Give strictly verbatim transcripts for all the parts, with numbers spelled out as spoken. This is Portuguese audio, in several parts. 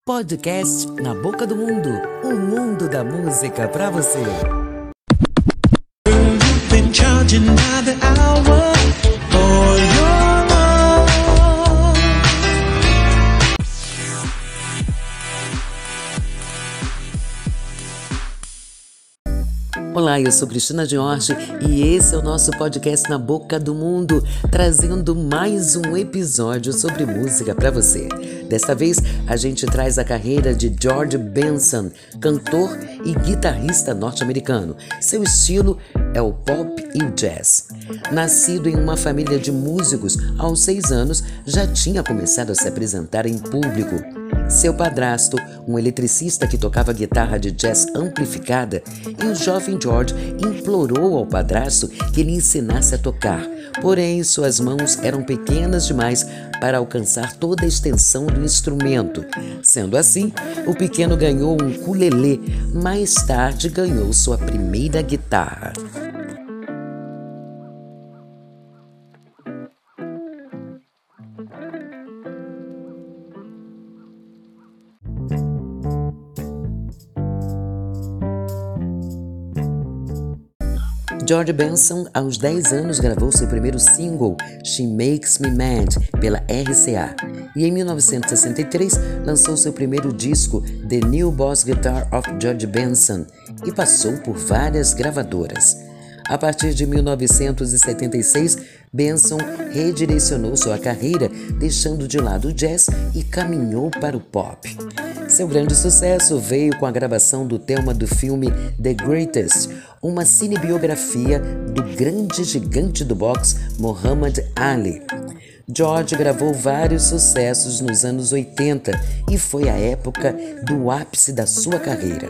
Podcast Na Boca do Mundo, o mundo da música pra você. Been charging by the hour for your love. Olá, eu sou Cristina Jorge e esse é o nosso podcast Na Boca do Mundo, trazendo mais um episódio sobre música para você. Desta vez, a gente traz a carreira de George Benson, cantor e guitarrista norte-americano. Seu estilo é o pop e o jazz. Nascido em uma família de músicos, aos seis anos já tinha começado a se apresentar em público. Seu padrasto, um eletricista que tocava guitarra de jazz amplificada, e o jovem George implorou ao padrasto que lhe ensinasse a tocar. Porém, suas mãos eram pequenas demais para alcançar toda a extensão do instrumento. Sendo assim, o pequeno ganhou um ukulele. Mais tarde, ganhou sua primeira guitarra. George Benson, aos dez anos, gravou seu primeiro single, She Makes Me Mad, pela R C A. E em mil novecentos e sessenta e três, lançou seu primeiro disco, The New Boss Guitar of George Benson, e passou por várias gravadoras. A partir de mil novecentos e setenta e seis, Benson redirecionou sua carreira, deixando de lado o jazz e caminhou para o pop. Seu grande sucesso veio com a gravação do tema do filme The Greatest, uma cinebiografia do grande gigante do boxe Muhammad Ali. George gravou vários sucessos nos anos oitenta e foi a época do ápice da sua carreira.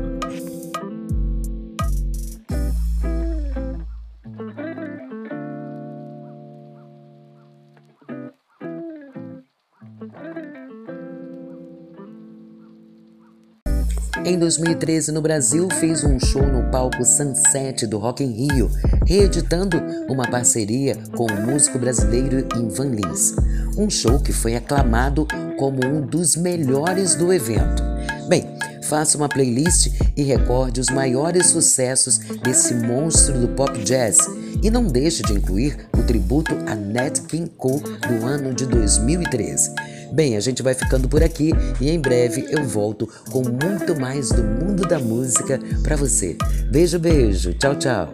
Em dois mil e treze, no Brasil, fez um show no palco Sunset do Rock in Rio, reeditando uma parceria com o músico brasileiro Ivan Lins. Um show que foi aclamado como um dos melhores do evento. Bem, faça uma playlist e recorde os maiores sucessos desse monstro do pop jazz. E não deixe de incluir o tributo a Nat King Cole do ano de dois mil e treze. Bem, a gente vai ficando por aqui e em breve eu volto com muito mais do mundo da música para você. Beijo, beijo. Tchau, tchau.